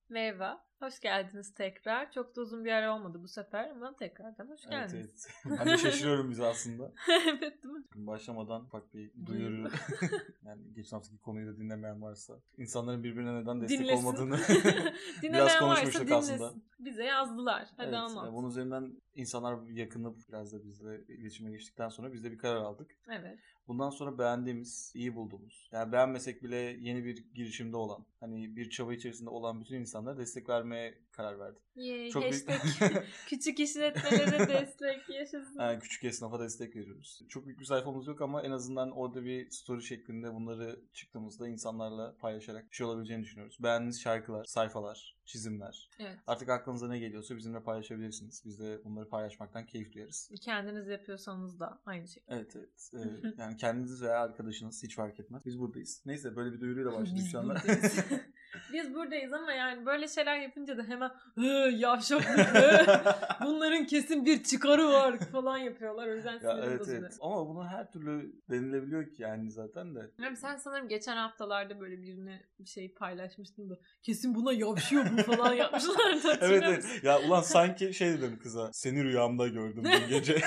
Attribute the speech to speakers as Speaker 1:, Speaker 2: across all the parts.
Speaker 1: Merhaba, hoş geldiniz tekrar. Çok da uzun bir ara olmadı bu sefer ama tekrardan hoş geldiniz.
Speaker 2: Evet. Ben de şaşırıyorum biz aslında.
Speaker 1: Evet, değil mi?
Speaker 2: Başlamadan ufak bir duyuru. Yani geçen haftaki konuyu da dinlemeyen varsa. İnsanların birbirine neden destek
Speaker 1: Dinlesin.
Speaker 2: olmadığını biraz
Speaker 1: Dinlemeyen
Speaker 2: konuşmuştuk
Speaker 1: varsa
Speaker 2: aslında.
Speaker 1: dinlesin. Bize yazdılar. Hadi
Speaker 2: Evet,
Speaker 1: anlat.
Speaker 2: bunun üzerinden insanlar yakınıp biraz da bizle iletişime geçtikten sonra biz de bir karar aldık.
Speaker 1: Evet.
Speaker 2: Bundan sonra beğendiğimiz, iyi bulduğumuz, yani beğenmesek bile yeni bir girişimde olan, hani bir çaba içerisinde olan bütün insanlara destek vermeye karar verdim. Çok
Speaker 1: Hashtag küçük işletmelere destek yaşasın.
Speaker 2: Yani küçük esnafa destek veriyoruz. Çok büyük bir sayfamız yok ama en azından orada bir story şeklinde bunları çıktığımızda insanlarla paylaşarak bir şey olabileceğini düşünüyoruz. Beğendiğiniz şarkılar, sayfalar, çizimler.
Speaker 1: Evet.
Speaker 2: Artık aklınıza ne geliyorsa bizimle paylaşabilirsiniz. Biz de bunları paylaşmaktan keyif duyarız.
Speaker 1: Kendiniz yapıyorsanız da aynı şekilde.
Speaker 2: Evet. Yani kendiniz veya arkadaşınız hiç fark etmez. Biz buradayız. Neyse, böyle bir duyuruyla başladık
Speaker 1: Biz
Speaker 2: şu anda.
Speaker 1: buradayız. Biz buradayız ama yani böyle şeyler yapınca da hemen yavşaklık, bunların kesin bir çıkarı var falan yapıyorlar. O yüzden sinirim bozuluyor.
Speaker 2: Evet. Ama bunu her türlü denilebiliyor ki yani zaten de.
Speaker 1: Yani sen sanırım geçen haftalarda böyle birine bir şey paylaşmıştın da kesin buna yavşıyor bu falan yapmışlardı.
Speaker 2: Evet. Ya ulan sanki şey dedim kıza. Seni rüyamda gördüm dün gece.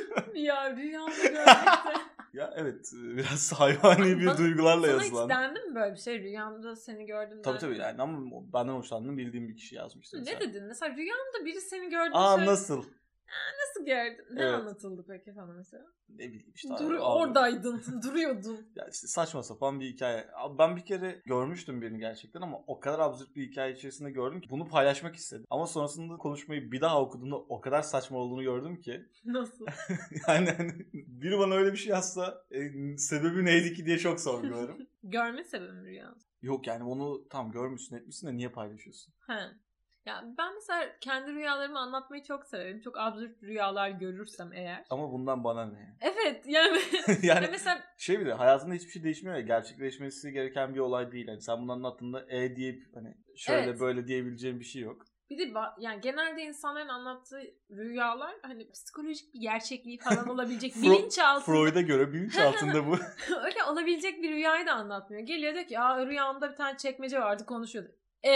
Speaker 1: Ya rüyamda görmekte.
Speaker 2: Ya evet, biraz hayvani bir duygularla yazılan.
Speaker 1: Sana hiç dendi mi böyle bir şey? Rüyamda seni gördüm.
Speaker 2: Tabii yani, ama benden hoşlandığını bildiğim bir kişi yazmıştı.
Speaker 1: Ne dedin? Mesela rüyamda biri seni gördü.
Speaker 2: Nasıl?
Speaker 1: Nasıl gördün? Ne
Speaker 2: Evet.
Speaker 1: anlatıldı peki sana mesela?
Speaker 2: Ne bileyim işte.
Speaker 1: Oradaydın, duruyordun.
Speaker 2: Ya işte saçma sapan bir hikaye. Ben bir kere görmüştüm birini gerçekten ama o kadar absürt bir hikaye içerisinde gördüm ki bunu paylaşmak istedim. Ama sonrasında konuşmayı bir daha okuduğumda o kadar saçma olduğunu gördüm ki.
Speaker 1: Nasıl?
Speaker 2: Yani biri bana öyle bir şey yazsa sebebi neydi ki diye çok sorgularım.
Speaker 1: Görme sebebi rüyamda.
Speaker 2: Yok yani onu tam görmüşsün etmişsin de niye paylaşıyorsun?
Speaker 1: Ya ben mesela kendi rüyalarımı anlatmayı çok severim. Çok absürt rüyalar görürsem eğer.
Speaker 2: Ama bundan bana ne?
Speaker 1: Evet yani
Speaker 2: yani
Speaker 1: mesela
Speaker 2: şey bile, hayatında hiçbir şey değişmiyor ya, gerçekleşmesi gereken bir olay değil. Yani sen bunu anlattığında deyip hani şöyle böyle diyebileceğin bir şey yok.
Speaker 1: Bir de yani genelde insanların anlattığı rüyalar hani psikolojik bir gerçekliği falan olabilecek bilinçaltında.
Speaker 2: Freud'a göre bilinçaltında bu.
Speaker 1: Öyle olabilecek bir rüyayı da anlatmıyor. Geliyor diyor ki rüyamda bir tane çekmece vardı, konuşuyordu.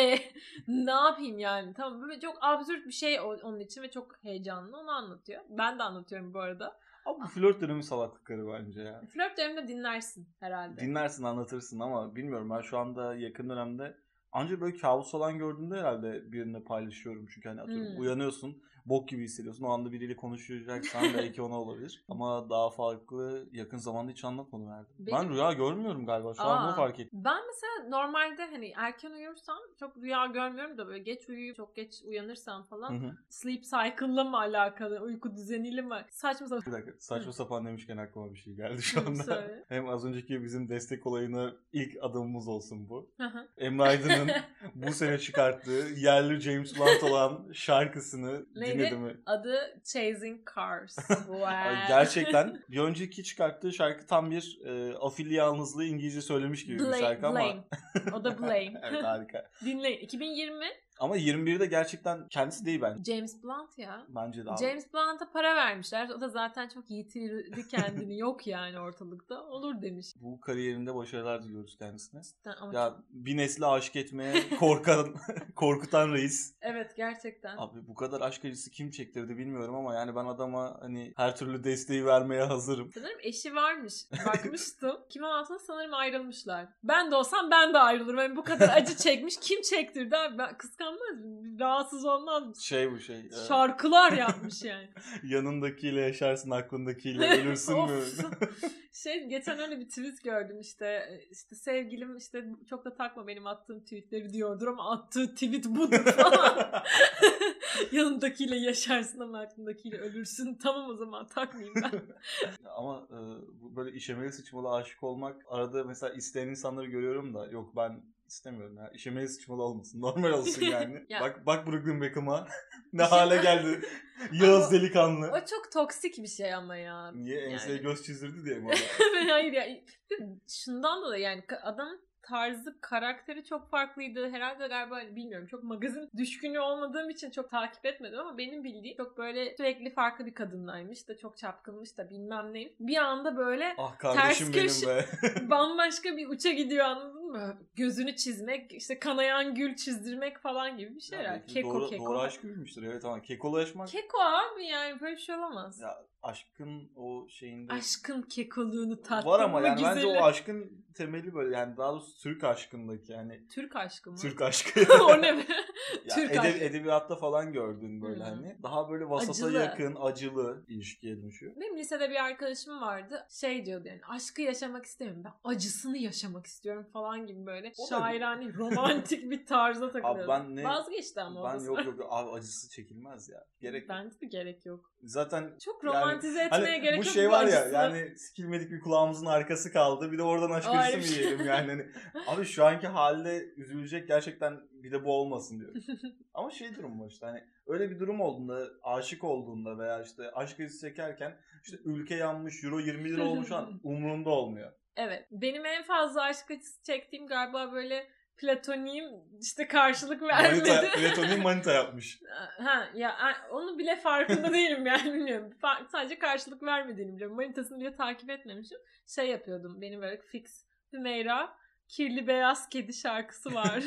Speaker 1: Ne yapayım yani? Tamam, böyle çok absürt bir şey onun için ve çok heyecanlı, onu anlatıyor. Ben de anlatıyorum bu arada.
Speaker 2: Ama bu flört dönemi salaklıkları bence ya.
Speaker 1: Flört döneminde dinlersin herhalde.
Speaker 2: Dinlersin, anlatırsın ama bilmiyorum, ben şu anda yakın dönemde ancak böyle kabus olan gördüğümde herhalde birine paylaşıyorum. Çünkü hani atıyorum uyanıyorsun, bok gibi hissediyorsun. O anda biriyle konuşacaksan belki ona olabilir. Ama daha farklı, yakın zamanda hiç anlatmadım herhalde. Ben rüya görmüyorum galiba. Şu an bunu fark ettim.
Speaker 1: Ben mesela normalde hani erken uyursam çok rüya görmüyorum da böyle geç uyuyup çok geç uyanırsam falan sleep cycle'la mı alakalı, uyku düzeniyle mi? Saçma sapan.
Speaker 2: Bir dakika, saçma sapan demişken aklıma bir şey geldi şu anda. Hem az önceki bizim destek olayına ilk adımımız olsun bu. Emre Aydın'ın bu sene çıkarttığı yerli James Blunt olan şarkısını dinledin mi?
Speaker 1: Adı Chasing Cars. Wow.
Speaker 2: Gerçekten bir önceki çıkarttığı şarkı tam bir afilli yalnızlığı İngilizce söylemiş gibi bir şarkı ama.
Speaker 1: O da Blame.
Speaker 2: Evet, harika.
Speaker 1: Dinleyin. 2020.
Speaker 2: Ama 21'de gerçekten kendisi değil bence.
Speaker 1: James Blunt ya.
Speaker 2: Bence de abi.
Speaker 1: James Blunt'a para vermişler. O da zaten çok yitirdi kendini. Yok yani ortalıkta. Olur demiş.
Speaker 2: Bu kariyerinde başarılar diliyoruz kendisine.
Speaker 1: Ama
Speaker 2: ya bir nesli aşık etmeye korkutan reis.
Speaker 1: Evet, gerçekten.
Speaker 2: Abi bu kadar aşk acısı kim çektirdi bilmiyorum ama yani ben adama hani her türlü desteği vermeye hazırım.
Speaker 1: Sanırım eşi varmış. Bakmıştım. 2006'da sanırım ayrılmışlar. Ben de olsam ben de ayrılırım. Yani bu kadar acı çekmiş. Kim çektirdi abi? Ben kıskanmaz mı? Rahatsız olmaz mı?
Speaker 2: Bu şey.
Speaker 1: Şarkılar yapmış yani.
Speaker 2: Yanındakiyle yaşarsın, aklındakiyle ölürsün mü?
Speaker 1: Geçen öyle bir tweet gördüm işte sevgilim işte çok da takma benim attığım tweetleri diyordur ama attığı tweet budur falan. Yanındakiyle yaşarsın ama aklındakiyle ölürsün. Tamam, o zaman takmayayım ben.
Speaker 2: Ama böyle işemeli sıçmalı aşık olmak, arada mesela isteyen insanları görüyorum da yok, ben istemiyorum ya. İşemeli sıçmalı olmasın. Normal olsun yani. Bak Brooklyn Beckham'a ne hale geldi. Yağız delikanlı.
Speaker 1: O çok toksik bir şey ama ya.
Speaker 2: Niye? Enseye göz çizdirdi diye mi?
Speaker 1: Hayır ya. Şundan dolayı yani adam tarzı, karakteri çok farklıydı. Herhalde galiba bilmiyorum, çok magazin düşkünü olmadığım için çok takip etmedim ama benim bildiğim çok böyle sürekli farklı bir kadınlaymış da çok çapkınmış da bilmem neyim. Bir anda böyle
Speaker 2: ters köşe
Speaker 1: bambaşka bir uça gidiyor, anladın anladın mı? Gözünü çizmek, işte kanayan gül çizdirmek falan gibi bir şey. Yani. Keko.
Speaker 2: Doğru aşk gülmüştür. Evet ama kekolaşmak.
Speaker 1: Keko abi yani böyle bir şey olamaz.
Speaker 2: Ya aşkın o şeyinde.
Speaker 1: Aşkın kekoluğunu tattın
Speaker 2: var ama
Speaker 1: mı
Speaker 2: yani
Speaker 1: güzeli?
Speaker 2: bence o aşkın temeli böyle yani daha doğrusu Türk aşkındaki yani.
Speaker 1: Türk aşkı mı?
Speaker 2: Türk aşkı.
Speaker 1: O ne be?
Speaker 2: Türk aşkı. Edebiyatta falan gördün böyle hani. Daha böyle vasata
Speaker 1: acılı.
Speaker 2: yakın, acılı ilişkiye dönüşüyor.
Speaker 1: Benim lisede bir arkadaşım vardı. Şey diyordu yani aşkı yaşamak istemiyorum. Ben acısını yaşamak istiyorum falan gibi böyle. Şairane, romantik bir tarza takılıyordu.
Speaker 2: Abi
Speaker 1: vazgeçti ama
Speaker 2: ben yok abi acısı çekilmez ya. Gerek
Speaker 1: bence de gerek yok.
Speaker 2: Zaten
Speaker 1: çok romantize etmeye
Speaker 2: hani
Speaker 1: gerek yok.
Speaker 2: Bu şey var ya yani sikilmedik bir kulağımızın arkası kaldı. Bir de oradan aşk acısı mı yiyelim yani. Hani, abi şu anki halde üzülecek gerçekten bir de bu olmasın diyor. Ama şey durum var işte hani öyle bir durum olduğunda aşık olduğunda veya işte aşk acısı çekerken işte ülke yanmış euro 20 lira olmuş an umurunda olmuyor.
Speaker 1: Evet. Benim en fazla aşk acısı çektiğim galiba böyle platoniğim işte karşılık vermedi.
Speaker 2: Platoniğim manita yapmış.
Speaker 1: Ha ya onu bile farkında değilim yani bilmiyorum. Sadece karşılık vermediğini biliyorum. Manitasını bile takip etmemişim. Şey yapıyordum benim böyle fix Hümeyra Kirli Beyaz Kedi şarkısı var.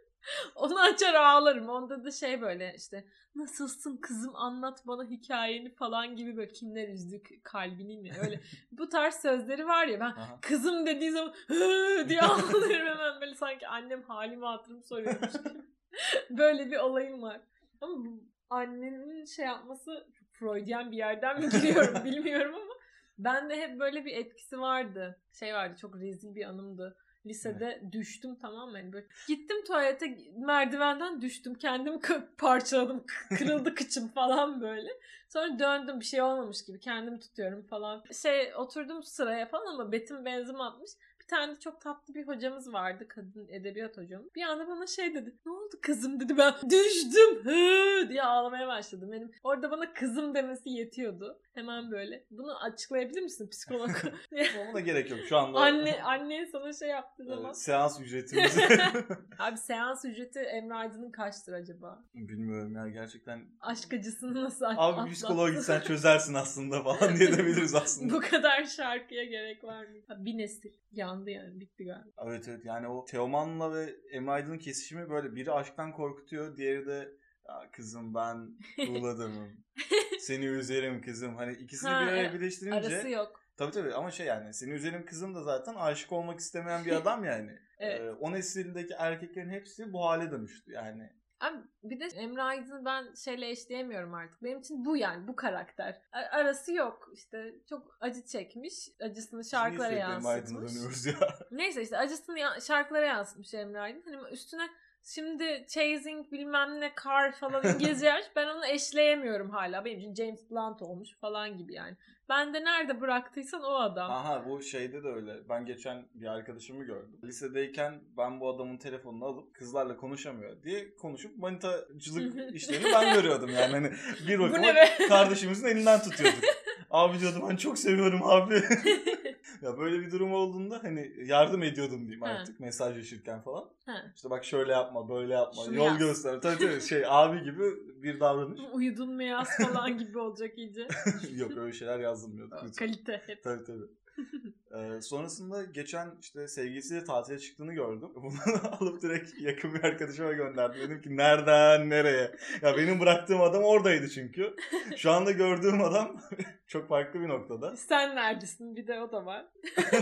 Speaker 1: Onu açar ağlarım. Onda da şey böyle işte nasılsın kızım anlat bana hikayeni falan gibi böyle kimler üzdük kalbini mi öyle. Bu tarz sözleri var ya ben kızım dediği zaman diye ağlarım hemen böyle sanki annem halimi hatırımı soruyormuş gibi. Böyle bir olayım var. Ama annenin şey yapması Freudian bir yerden mi giriyorum bilmiyorum ama bende hep böyle bir etkisi vardı. Şey vardı çok rezil bir anımdı. Lisede düştüm tamam mı? Yani böyle gittim tuvalete merdivenden düştüm. Kendimi parçaladım. Kırıldı kıçım falan böyle. Sonra döndüm bir şey olmamış gibi. Kendimi tutuyorum falan. Oturdum sıraya falan ama betim benzin atmış. Bir tane de çok tatlı bir hocamız vardı. Kadın edebiyat hocamız. Bir anda bana şey dedi. Ne oldu kızım dedi. Ben düştüm diye ağlamaya başladım. Benim orada bana kızım demesi yetiyordu. Hemen böyle. Bunu açıklayabilir misin psikolog?
Speaker 2: Ona gerek yok şu anda.
Speaker 1: Anne sana şey yaptığı zaman.
Speaker 2: Seans ücretimiz.
Speaker 1: Abi seans ücreti Emre Aydın'ın kaçtır acaba?
Speaker 2: Bilmiyorum ya gerçekten.
Speaker 1: Aşk acısını nasıl
Speaker 2: Abi psikoloğa gitsen çözersin aslında falan diyebiliriz aslında.
Speaker 1: Bu kadar şarkıya gerek var mı? Bir nesil yandı yani bitti galiba.
Speaker 2: Evet yani o Teoman'la ve Emre Aydın'ın kesişimi böyle biri aşktan korkutuyor diğeri de ya kızım ben tuğladım. Seni üzerim kızım. Hani ikisini bir araya birleştirince.
Speaker 1: Arası yok.
Speaker 2: Tabii ama şey yani seni üzerim kızım da zaten aşık olmak istemeyen bir adam yani.
Speaker 1: Evet.
Speaker 2: O nesildeki erkeklerin hepsi bu hale dönüştü yani.
Speaker 1: Abi bir de Emre Aydın'ı ben şeyle eşleyemiyorum artık. Benim için bu yani bu karakter. Arası yok. İşte çok acı çekmiş. Acısını şarkılara yansıtmış.
Speaker 2: Emre Aydın'a dönüyoruz ya.
Speaker 1: Neyse işte acısını şarkılara yansıtmış Emre Aydın. Hani üstüne şimdi chasing bilmem ne car falan İngilizce yazmış. Ben onu eşleyemiyorum hala. Benim için James Blunt olmuş falan gibi yani. Ben de nerede bıraktıysan o adam.
Speaker 2: Aha bu şeyde de öyle. Ben geçen bir arkadaşımı gördüm. Lisedeyken ben bu adamın telefonunu alıp kızlarla konuşamıyor diye konuşup manitacılık işlerini ben görüyordum yani. Hani bir bakıma kardeşimizin elinden tutuyorduk. Abi diyordum ben çok seviyorum abi. Ya böyle bir durum olduğunda hani yardım ediyordum diyeyim artık mesajlaşırken falan. İşte bak şöyle yapma, böyle yapma, şunu yol göster. Tabii abi gibi bir davranış.
Speaker 1: Uyudun mu yaz falan gibi olacak iyice.
Speaker 2: Yok öyle şeyler yazılmıyordu.
Speaker 1: Kalite hep.
Speaker 2: Tabii. Sonrasında geçen işte sevgilisiyle tatile çıktığını gördüm. Bunu alıp direkt yakın bir arkadaşıma gönderdim. Dedim ki nereden nereye? Ya benim bıraktığım adam oradaydı çünkü. Şu anda gördüğüm adam çok farklı bir noktada.
Speaker 1: Sen neredesin? Bir de o da var.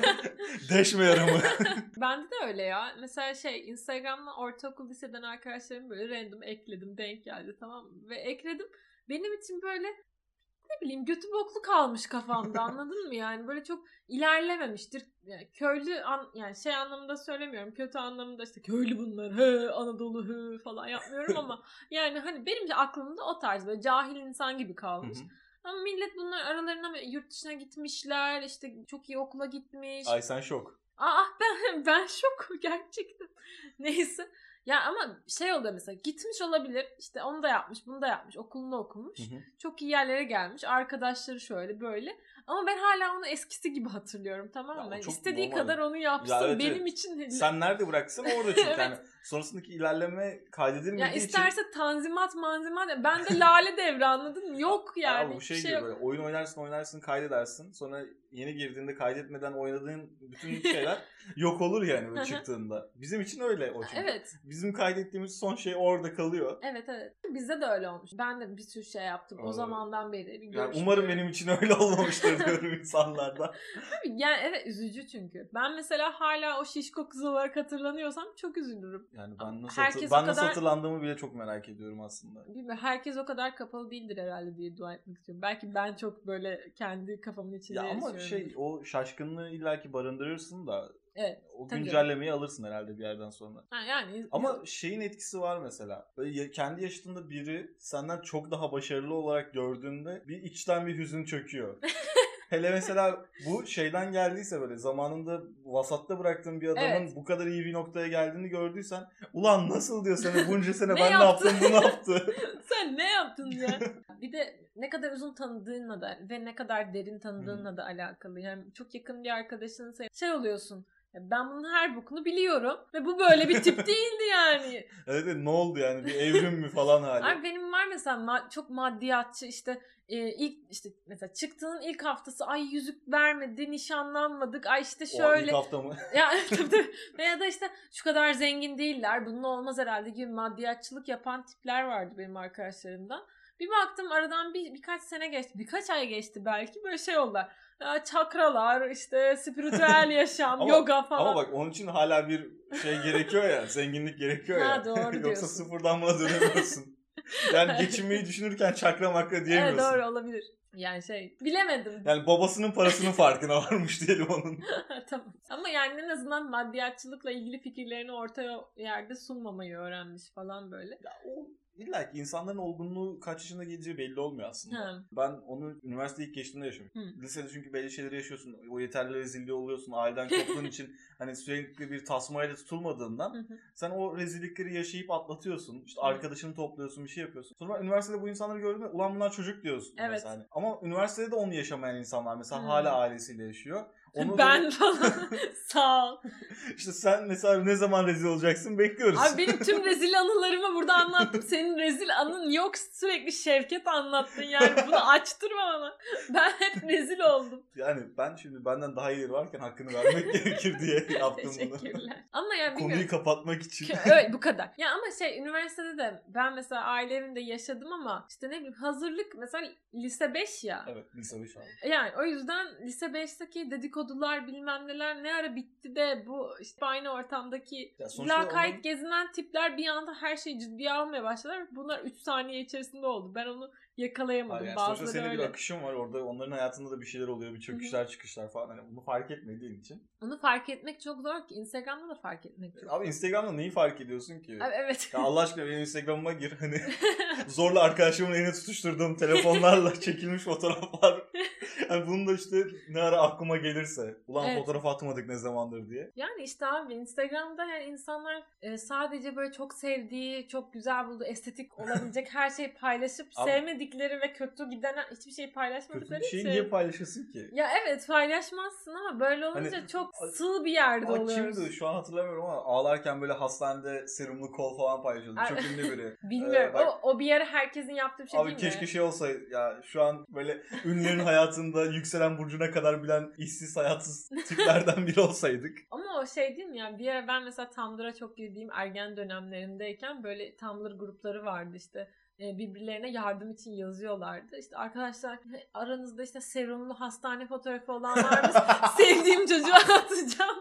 Speaker 2: Deşme yaramı.
Speaker 1: Bende de öyle ya. Mesela Instagram'da ortaokul liseden arkadaşlarım böyle random ekledim. Denk geldi tamam mı? Ve ekledim. Benim için böyle ne bileyim götü boklu kalmış kafamda anladın mı yani böyle çok ilerlememiştir yani köylü yani şey anlamında söylemiyorum kötü anlamında işte köylü bunlar Anadolu falan yapmıyorum ama yani hani benim de aklımda o tarz böyle cahil insan gibi kalmış. Ama millet bunlar aralarına yurt dışına gitmişler işte çok iyi okula gitmiş.
Speaker 2: Ay sen şok.
Speaker 1: Ben şok gerçekten. Neyse. Ya ama şey oluyor mesela, gitmiş olabilir, işte onu da yapmış, bunu da yapmış, okulunu okumuş. Çok iyi yerlere gelmiş. Arkadaşları şöyle böyle. Ama ben hala onu eskisi gibi hatırlıyorum, tamam mı? İstediği
Speaker 2: normal.
Speaker 1: kadar onu yapsın.
Speaker 2: Ya evet,
Speaker 1: benim için.
Speaker 2: Sen nerede bıraksan orada çünkü.
Speaker 1: Evet.
Speaker 2: Yani sonrasındaki ilerleme kaydedilmediği
Speaker 1: Ya
Speaker 2: için.
Speaker 1: isterse tanzimat manzimat. Ben de lale devri, anladın mı? Yok yani.
Speaker 2: Abi bu şey gibi
Speaker 1: yok.
Speaker 2: böyle oyun oynarsın kaydedersin. Sonra yeni girdiğinde kaydetmeden oynadığın bütün şeyler yok olur yani böyle çıktığında. Bizim için öyle o çünkü.
Speaker 1: Evet.
Speaker 2: Bizim kaydettiğimiz son şey orada kalıyor.
Speaker 1: Evet. Bizde de öyle olmuş. Ben de bir sürü şey yaptım o zamandan beri.
Speaker 2: Yani umarım benim için öyle olmamıştır diyorum insanlarda.
Speaker 1: Yani evet, üzücü çünkü. Ben mesela hala o şişko kız olarak hatırlanıyorsam çok üzülürüm.
Speaker 2: Yani ben nasıl hatırlandığımı bile çok merak ediyorum aslında.
Speaker 1: Bilmiyorum, herkes o kadar kapalı değildir herhalde diye dua etmek istiyorum. Belki ben çok böyle kendi kafamın içinde yaşıyorum.
Speaker 2: Ama o şaşkınlığı illaki barındırırsın da
Speaker 1: evet,
Speaker 2: o güncellemeyi alırsın herhalde bir yerden sonra.
Speaker 1: Yani
Speaker 2: ama şeyin etkisi var mesela. Böyle kendi yaşında biri senden çok daha başarılı olarak gördüğünde bir içten bir hüzün çöküyor. Hele mesela bu şeyden geldiyse, böyle zamanında vasatta bıraktığın bir adamın bu kadar iyi bir noktaya geldiğini gördüysen, ulan nasıl diyor sana bunca sene ben ne yaptım bu ne yaptı.
Speaker 1: Sen ne yaptın ya? Bir de ne kadar uzun tanıdığınla da ve ne kadar derin tanıdığınla da alakalı. Yani çok yakın bir arkadaşın şey oluyorsun. Ben bunun her bokunu biliyorum ve bu böyle bir tip değildi yani.
Speaker 2: Evet, ne oldu yani, bir evrim mi falan hali.
Speaker 1: Abi benim var mesela çok maddiyatçı, işte ilk işte mesela çıktığın ilk haftası, ay yüzük vermedi, nişanlanmadık, ay işte şöyle.
Speaker 2: O ilk hafta mı?
Speaker 1: Ya tabii. Veya da işte şu kadar zengin değiller, bunun olmaz herhalde gibi maddiyatçılık yapan tipler vardı benim arkadaşlarımdan. Bir baktım aradan birkaç sene geçti, birkaç ay geçti belki, böyle şey oldular. Çakralar, işte spiritüel yaşam, yoga falan.
Speaker 2: Ama bak onun için hala bir şey gerekiyor ya, zenginlik gerekiyor ya.
Speaker 1: Doğru diyorsun.
Speaker 2: Yoksa sıfırdan buna dönemiyorsun. Yani geçinmeyi düşünürken çakra makra diyemiyorsun.
Speaker 1: Evet, doğru olabilir. Yani bilemedim.
Speaker 2: Yani babasının parasının farkına varmış diyelim onun.
Speaker 1: Tamam. Ama yani en azından maddiyatçılıkla ilgili fikirlerini ortaya yerde sunmamayı öğrenmiş falan böyle.
Speaker 2: Ya o İlla ki insanların olgunluğu kaç yaşında geleceği belli olmuyor aslında. Ben onu üniversite ilk geçtiğimde yaşadım. Lisede çünkü belli şeyleri yaşıyorsun. O yeterli rezilliği oluyorsun. Aileden koptuğun için hani sürekli bir tasmayla tutulmadığından sen o rezillikleri yaşayıp atlatıyorsun. İşte arkadaşını topluyorsun, bir şey yapıyorsun. Sonra üniversitede bu insanları gördüğünde ulan bunlar çocuk diyorsun.
Speaker 1: Evet.
Speaker 2: Mesela. Hani. Ama üniversitede de onu yaşamayan insanlar mesela hala ailesiyle yaşıyor.
Speaker 1: Ben falan. Sağ ol.
Speaker 2: İşte sen mesela ne zaman rezil olacaksın bekliyoruz.
Speaker 1: Abi benim tüm rezil anılarımı burada anlattım. Senin rezil anın yok, sürekli Şevket anlattın yani, bunu açtırma bana. Ben hep rezil oldum.
Speaker 2: Yani ben şimdi benden daha iyileri varken hakkını vermek gerekir diye yaptım bunu.
Speaker 1: Teşekkürler. Ama yani
Speaker 2: konuyu kapatmak için.
Speaker 1: Evet, bu kadar. Ya ama üniversitede de ben mesela aile evinde yaşadım ama işte ne bileyim, hazırlık mesela lise 5 ya.
Speaker 2: Evet, lise 5 abi.
Speaker 1: Yani o yüzden lise 5'teki dedikodular bilmem neler ne ara bitti de bu işte aynı ortamdaki lakayt gezinen tipler bir anda her şeyi ciddiye almaya başladılar. Bunlar 3 saniye içerisinde oldu. Ben onu yakalayamadım.
Speaker 2: Yani sonuçta senin bir akışın var orada, onların hayatında da bir şeyler oluyor, bir çöküşler çıkışlar falan. Hani bunu fark etmediğin için.
Speaker 1: Onu fark etmek çok zor ki. Instagram'da da fark etmek çok zor.
Speaker 2: Abi Instagram'da neyi fark ediyorsun ki?
Speaker 1: Abi evet.
Speaker 2: Ya Allah aşkına benim Instagram'ıma gir, hani zorla arkadaşımın eline tutuşturduğum telefonlarla çekilmiş fotoğraflar. Yani bunun da işte ne ara aklıma gelirse. Ulan fotoğraf atmadık ne zamandır diye.
Speaker 1: Yani işte abi Instagram'da yani insanlar sadece böyle çok sevdiği, çok güzel bulduğu, estetik olabilecek her şeyi paylaşıp sevmedikleri ve kötü giden hiçbir şeyi paylaşmadıkları için.
Speaker 2: Kötü bir şeyi niye paylaşasın ki?
Speaker 1: Ya evet, paylaşmazsın ama böyle olunca hani, çok sığ bir yerde oluyoruz.
Speaker 2: Kimdi şu an hatırlamıyorum ama ağlarken böyle hastanede serumlu kol falan paylaşıyordu. Çok ünlü biri.
Speaker 1: Bilmiyorum. O bir ara herkesin yaptığı bir şey değil mi?
Speaker 2: Abi keşke şey olsa ya, şu an böyle ünlülerin hayatında yükselen burcuna kadar bilen işsiz hayatsız tiplerden biri olsaydık.
Speaker 1: Ama o değil mi yani, bir ara ben mesela Tumblr'a çok girdiğim ergen dönemlerindeyken böyle Tumblr grupları vardı işte. Birbirlerine yardım için yazıyorlardı. İşte arkadaşlar aranızda işte serumlu hastane fotoğrafı olan var mı? Sevdiğim çocuğa atacağım.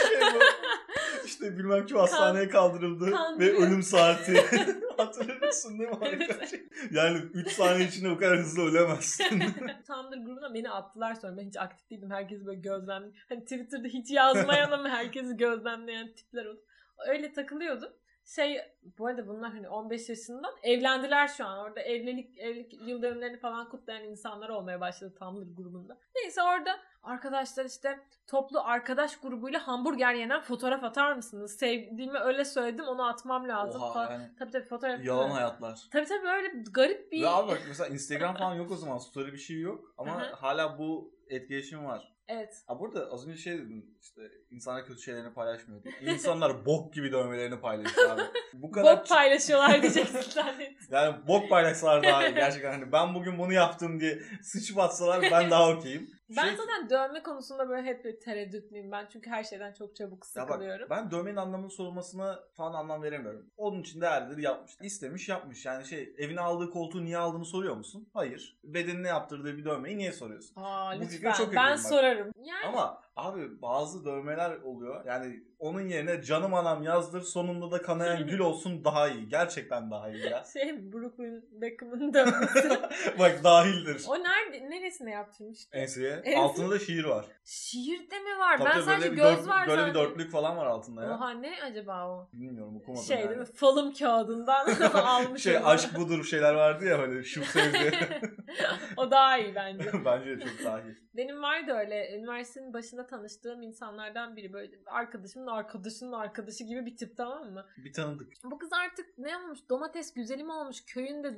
Speaker 2: İşte bilmem ki hastaneye kaldırıldı ve ölüm saati. Hatırlıyorsun değil mi? Evet. Yani 3 saniye içinde o kadar hızlı ölemezsin.
Speaker 1: Tumblr grubuna beni attılar sonra. Ben hiç aktif değildim. Herkesi böyle gözlemledim. Hani Twitter'da hiç yazmayan ama herkesi gözlemleyen tipler oldu. Öyle takılıyordum. Bu arada bunlar hani 15 yaşından evlendiler şu an. Orada evlilik yıl dönümlerini falan kutlayan insanlar olmaya başladı Tumblr grubunda. Neyse orada arkadaşlar işte toplu arkadaş grubuyla hamburger yenen fotoğraf atar mısınız? Sevdiğimi öyle söyledim, onu atmam lazım.
Speaker 2: Oha yani.
Speaker 1: Tabii fotoğraf.
Speaker 2: Yalan hayatlar.
Speaker 1: Tabii öyle garip bir...
Speaker 2: Ve abi bak mesela Instagram falan yok o zaman. Story bir şey yok. Ama hala bu etkileşim var.
Speaker 1: Evet.
Speaker 2: Burada az önce dedin işte insanlar kötü şeylerini paylaşmıyor diye. İnsanlar bok gibi dövmelerini paylaşıyor abi. Bu kadar
Speaker 1: bok paylaşıyorlar diyeceksin zannettim.
Speaker 2: Yani bok paylaşsalar daha iyi gerçekten. Hani ben bugün bunu yaptım diye sıçıp atsalar ben daha okeyim.
Speaker 1: Ben zaten dövme konusunda böyle hep bir tereddütlüyüm ben. Çünkü her şeyden çok çabuk sıkılıyorum.
Speaker 2: Ben dövmenin anlamının sorulmasına falan anlam veremiyorum. Onun için değerlidir yapmış. İstemiş yapmış. Yani evine aldığı koltuğu niye aldığını soruyor musun? Hayır. Bedenine yaptırdığı bir dövmeyi niye soruyorsun?
Speaker 1: Lütfen ben sorarım. Yani...
Speaker 2: Ama abi bazı dövmeler oluyor. Yani onun yerine canım anam yazdır sonunda da kanayan gül olsun daha iyi. Gerçekten daha iyi ya.
Speaker 1: Brooklyn Beckham'ın dövmesi.
Speaker 2: Bak dahildir.
Speaker 1: O neresine yaptırmış?
Speaker 2: Enseye. Altında da şiir var.
Speaker 1: Şiir de mi var?
Speaker 2: Tabii
Speaker 1: ben sadece göz var
Speaker 2: böyle bir dörtlük falan var altında ya.
Speaker 1: Oha ne acaba o?
Speaker 2: Bilmiyorum okumadım
Speaker 1: Değil mi? Falım kağıdından almış.
Speaker 2: Aşk budur şeyler vardı ya hani şu sevdi.
Speaker 1: O daha iyi bence.
Speaker 2: Bence de çok daha iyi.
Speaker 1: Benim vardı öyle üniversitenin başında tanıştığım insanlardan biri, böyle arkadaşımın arkadaşının arkadaşı gibi bir tip, tamam mı?
Speaker 2: Bir tanıdık.
Speaker 1: Bu kız artık ne olmuş? Domates güzeli mi olmuş? Köyünde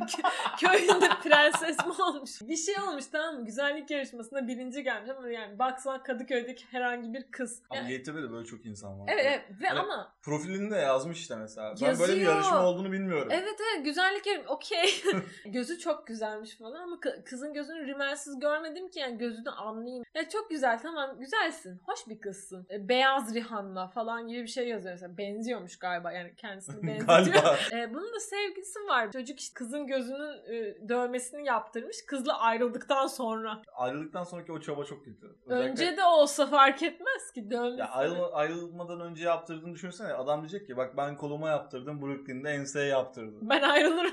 Speaker 1: prenses mi olmuş? Bir şey olmuş, tamam mı? Güzellik yarışmasında birinci gelmiş ama yani baksan Kadıköy'deki herhangi bir kız.
Speaker 2: Ama YTV'de böyle çok insan var.
Speaker 1: Evet ve
Speaker 2: hani
Speaker 1: ama
Speaker 2: profilini de yazmış işte mesela.
Speaker 1: Yazıyor.
Speaker 2: Ben böyle bir yarışma olduğunu bilmiyorum.
Speaker 1: Evet güzellik yarışması okey. Gözü çok güzelmiş falan ama kızın gözünü rimelsiz görmedim ki yani gözünü anlayayım. Ya çok güzel, tamam güzelsin. Hoş bir kızsın. Beyaz Rihanna falan gibi bir şey yazıyor mesela. Benziyormuş galiba yani kendisini benzetiyor. Bunun da sevgilisi var. Çocuk işte kızın gözünün dövmesini yaptırmış. Kızla ayrıldıktan sonra.
Speaker 2: Ayrıldıktan sonraki o çaba çok kötü.
Speaker 1: Önce de olsa fark etmez ki dövmesi.
Speaker 2: Ya ayrılmadan önce yaptırdığını düşünsene. Adam diyecek ki bak ben koluma yaptırdım, Brooklyn'de enseye yaptırdım.
Speaker 1: Ben ayrılırım.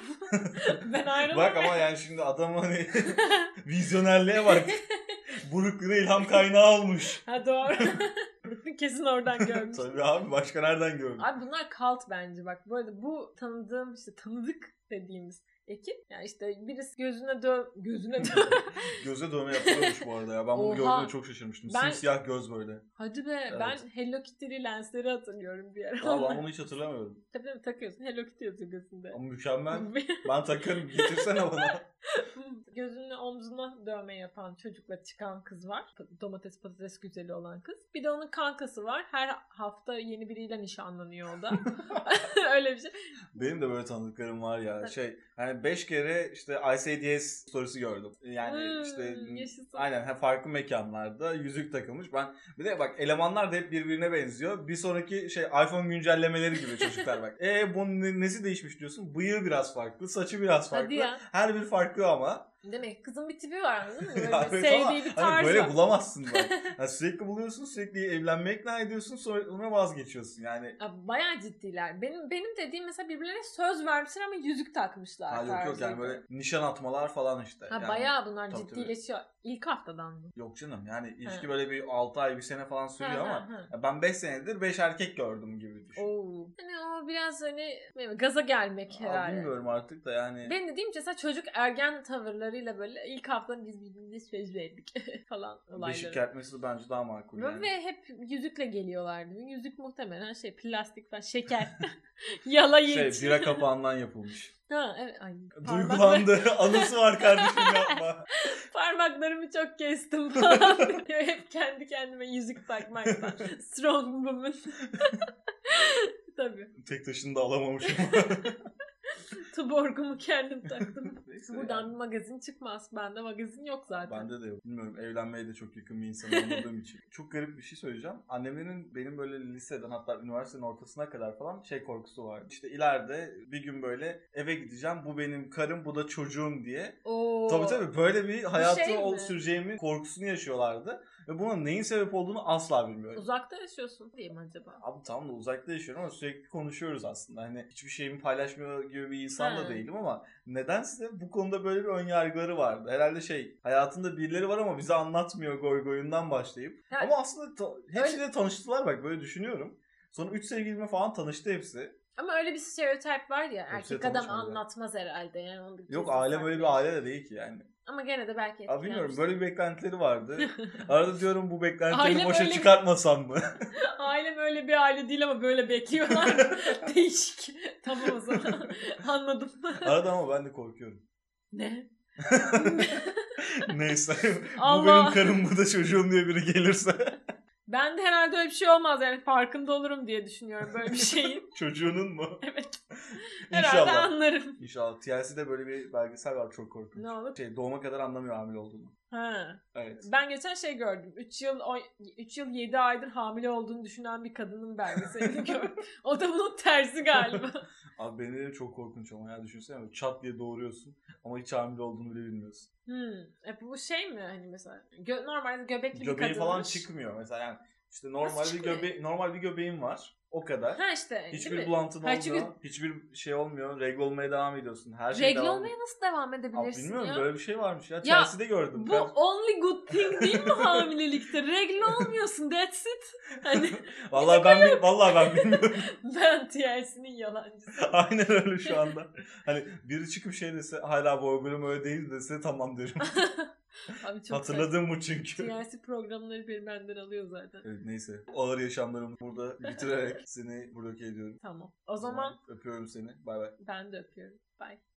Speaker 2: Bak ama yani şimdi adam hani vizyonerliğe bak. Brooklyn'e ilham kaynağı olmuş.
Speaker 1: Ha doğru. Brooklyn kesin oradan görmüş.
Speaker 2: Tabii abi, başka nereden görmüş?
Speaker 1: Abi bunlar cult bence bak. Bu arada bu tanıdığım işte tanıdık dediğimiz ekip. Yani işte birisi gözüne
Speaker 2: Göze dövme yapılıyormuş bu arada ya. Ben bunu gördüğümde çok şaşırmıştım. Simsiyah göz böyle.
Speaker 1: Hadi be. Evet. Ben Hello Kitty'li lensleri hatırlıyorum bir ara.
Speaker 2: Abi ben onu hiç hatırlamıyorum.
Speaker 1: Tabii takıyorsun. Hello Kitty yazıyor gözünde.
Speaker 2: Ama mükemmel. Ben takarım. Getirsene bana.
Speaker 1: Gözünü omzuna dövme yapan çocukla çıkan kız var. Domates patates güzeli olan kız. Bir de onun kankası var. Her hafta yeni biriyle nişanlanıyor o da. Öyle bir şey.
Speaker 2: Benim de böyle tanıdıklarım var ya. Hani 5 kere işte ICDS storiesi gördüm. Yani işte
Speaker 1: yaşasın.
Speaker 2: Aynen farklı mekanlarda yüzük takılmış. Bir de bak elemanlar da hep birbirine benziyor. Bir sonraki iPhone güncellemeleri gibi çocuklar bak. Bunun nesi değişmiş diyorsun? Bıyığı biraz farklı, saçı biraz farklı.
Speaker 1: Hadi ya.
Speaker 2: Her bir farklı ama.
Speaker 1: Demek kızın bir tipi var, anladın mı?
Speaker 2: Evet,
Speaker 1: sevdiği bir tarz
Speaker 2: hani böyle
Speaker 1: var.
Speaker 2: bulamazsın bak. Yani sürekli buluyorsun, sürekli evlenmeye ikna ediyorsun, sonra ona vazgeçiyorsun yani.
Speaker 1: Bayağı ciddiler. Benim dediğim mesela birbirlerine söz vermişler ama yüzük takmışlar.
Speaker 2: Yok yani böyle nişan atmalar falan işte.
Speaker 1: Yani, bayağı bunlar ciddileşiyor. İlk haftadan mı?
Speaker 2: Yok canım yani ilişki böyle bir 6 ay 1 sene falan sürüyor ama ben 5 senedir 5 erkek gördüm gibi düşün.
Speaker 1: Hani o biraz gaza gelmek herhalde.
Speaker 2: Bilmiyorum artık da yani.
Speaker 1: Ben dediğim mesela çocuk ergen tavırlarıyla böyle ilk hafta biz birbirimize söz verdik falan olayları.
Speaker 2: Beşik kertmesi bence daha makul yani.
Speaker 1: Ve hep yüzükle geliyorlardı. Yüzük muhtemelen plastik falan, şeker. Yalayıcı.
Speaker 2: Bira kapağından yapılmış.
Speaker 1: Evet. Ay,
Speaker 2: duygulandı. Anısı var kardeşim, yapma.
Speaker 1: Parmaklarımı çok kestim falan. Hep kendi kendime yüzük takmaktan. Strong woman. Tabii.
Speaker 2: Tek taşını da alamamışım.
Speaker 1: Tuborgumu kendim taktım. Buradan bir magazin çıkmaz. Bende magazin yok zaten.
Speaker 2: Bende de yok. Bilmiyorum, evlenmeye de çok yakın bir insan olmadığım için. Çok garip bir şey söyleyeceğim. Annemlerin benim böyle liseden hatta üniversitenin ortasına kadar falan korkusu vardı. İşte ileride bir gün böyle eve gideceğim. Bu benim karım, bu da çocuğum diye. Tabii böyle bir hayatı süreceğimin korkusunu yaşıyorlardı. Ve buna neyin sebep olduğunu asla bilmiyorum.
Speaker 1: Uzakta yaşıyorsun değil mi acaba?
Speaker 2: Abi tamam da uzakta yaşıyorum ama sürekli konuşuyoruz aslında. Hani hiçbir şeyimi paylaşmıyor gibi bir insan da değilim ama nedense bu konuda böyle bir önyargıları vardı. Herhalde hayatında birileri var ama bize anlatmıyor goyundan başlayıp. Ama aslında hepsiyle tanıştılar bak, böyle düşünüyorum. Sonra 3 sevgilime falan tanıştı hepsi.
Speaker 1: Ama öyle bir stereotip var ya, erkek adam
Speaker 2: tanışmadı be.
Speaker 1: anlatmaz herhalde yani. Onu
Speaker 2: Yok,
Speaker 1: kesin
Speaker 2: ailem öyle bir
Speaker 1: saklayır.
Speaker 2: aile de değil ki yani.
Speaker 1: Ama gene de belki
Speaker 2: Abi bilmiyorum,
Speaker 1: etkilenmiş.
Speaker 2: böyle bir beklentileri vardı. Arada diyorum bu beklentileri
Speaker 1: Ailem
Speaker 2: boşa
Speaker 1: öyle bir-
Speaker 2: çıkartmasam mı?
Speaker 1: Ailem öyle bir aile değil ama böyle bekliyorlar. Değişik. Tamam o zaman. Anladım.
Speaker 2: Arada ama ben de korkuyorum.
Speaker 1: Ne?
Speaker 2: Neyse. Bu
Speaker 1: Allah.
Speaker 2: benim karım, bu da çocuğum diye biri gelirse.
Speaker 1: Ben de herhalde öyle bir şey olmaz yani, farkında olurum diye düşünüyorum böyle bir şeyin.
Speaker 2: Çocuğunun mu?
Speaker 1: Evet. Herhalde
Speaker 2: İnşallah.
Speaker 1: anlarım.
Speaker 2: İnşallah. TLC'de böyle bir belgesel var, çok korkunç.
Speaker 1: Ne olur?
Speaker 2: Doğuma kadar anlamıyor hamile olduğunu.
Speaker 1: Ha.
Speaker 2: Evet.
Speaker 1: Ben geçen şey gördüm. 3 yıl 7 aydır hamile olduğunu düşünen bir kadının belgeselini gördüm. O da bunun tersi galiba.
Speaker 2: Abi benim de çok korkunç ama ya, düşünsene böyle çat diye doğuruyorsun ama hiç hamile olduğunu bile bilmiyorsun.
Speaker 1: Bu şey mi hani mesela normalde göbekli bir
Speaker 2: Göbeği
Speaker 1: kadınmış.
Speaker 2: falan çıkmıyor mesela, yani işte normal bir göbeğin var. O kadar.
Speaker 1: Ha işte.
Speaker 2: Hiçbir bulantın
Speaker 1: Ha,
Speaker 2: olmuyor.
Speaker 1: çünkü
Speaker 2: Hiçbir şey olmuyor. Regl olmaya devam ediyorsun. Her şey
Speaker 1: regl
Speaker 2: devam
Speaker 1: olmaya
Speaker 2: ediyor.
Speaker 1: nasıl devam
Speaker 2: Abi
Speaker 1: edebilirsin
Speaker 2: bilmiyorum,
Speaker 1: ya?
Speaker 2: böyle bir şey varmış ya.
Speaker 1: Ya,
Speaker 2: Chelsea'de gördüm.
Speaker 1: Bu only good thing değil mi hamilelikte? Regl olmuyorsun. That's it. Hani
Speaker 2: Vallahi ben bilmiyorum.
Speaker 1: ben TLC'nin yalancısı.
Speaker 2: Aynen öyle şu anda. Hani biri çıkıp şey dese, hala bu bölüm öyle değil dese tamam derim.
Speaker 1: Abi çok
Speaker 2: Hatırladım bu çünkü.
Speaker 1: TLC programları beni benden alıyor zaten.
Speaker 2: Evet, neyse. Ağır yaşamlarımı burada bitirerek seni bloke ediyorum.
Speaker 1: Tamam. O zaman
Speaker 2: öpüyorum seni. Bay bay.
Speaker 1: ben de öpüyorum. Bye.